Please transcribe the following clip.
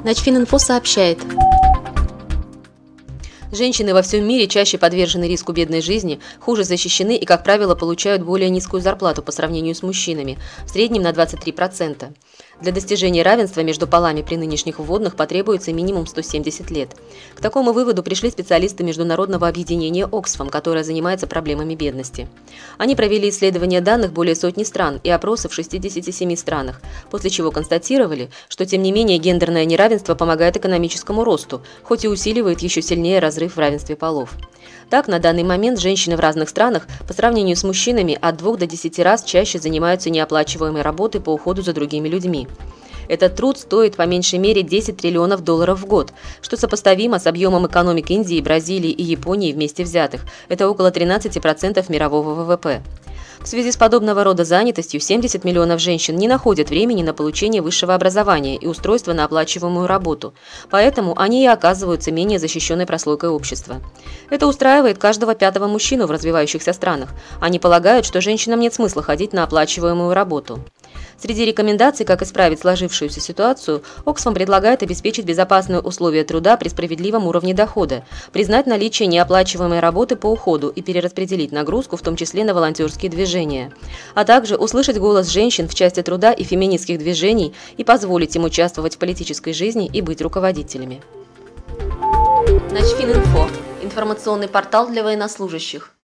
Начфининфо сообщает. Женщины во всем мире чаще подвержены риску бедной жизни, хуже защищены и, как правило, получают более низкую зарплату по сравнению с мужчинами, в среднем на 23%. Для достижения равенства между полами при нынешних вводных потребуется минимум 170 лет. К такому выводу пришли специалисты Международного объединения Оксфам, которое занимается проблемами бедности. Они провели исследование данных более сотни стран и опросы в 67 странах, после чего констатировали, что тем не менее гендерное неравенство помогает экономическому росту, хоть и усиливает еще сильнее разрыв в равенстве полов. Так, на данный момент женщины в разных странах по сравнению с мужчинами от 2 до 10 раз чаще занимаются неоплачиваемой работой по уходу за другими людьми. Этот труд стоит по меньшей мере 10 триллионов долларов в год, что сопоставимо с объемом экономик Индии, Бразилии и Японии вместе взятых. Это около 13% мирового ВВП. В связи с подобного рода занятостью 70 миллионов женщин не находят времени на получение высшего образования и устройство на оплачиваемую работу, поэтому они и оказываются менее защищенной прослойкой общества. Это устраивает каждого пятого мужчину в развивающихся странах. Они полагают, что женщинам нет смысла ходить на оплачиваемую работу. Среди рекомендаций, как исправить сложившуюся ситуацию, Оксфам предлагает обеспечить безопасные условия труда при справедливом уровне дохода, признать наличие неоплачиваемой работы по уходу и перераспределить нагрузку, в том числе на волонтерские движения, а также услышать голос женщин в части труда и феминистских движений и позволить им участвовать в политической жизни и быть руководителями. Начфининфо – информационный портал для военнослужащих.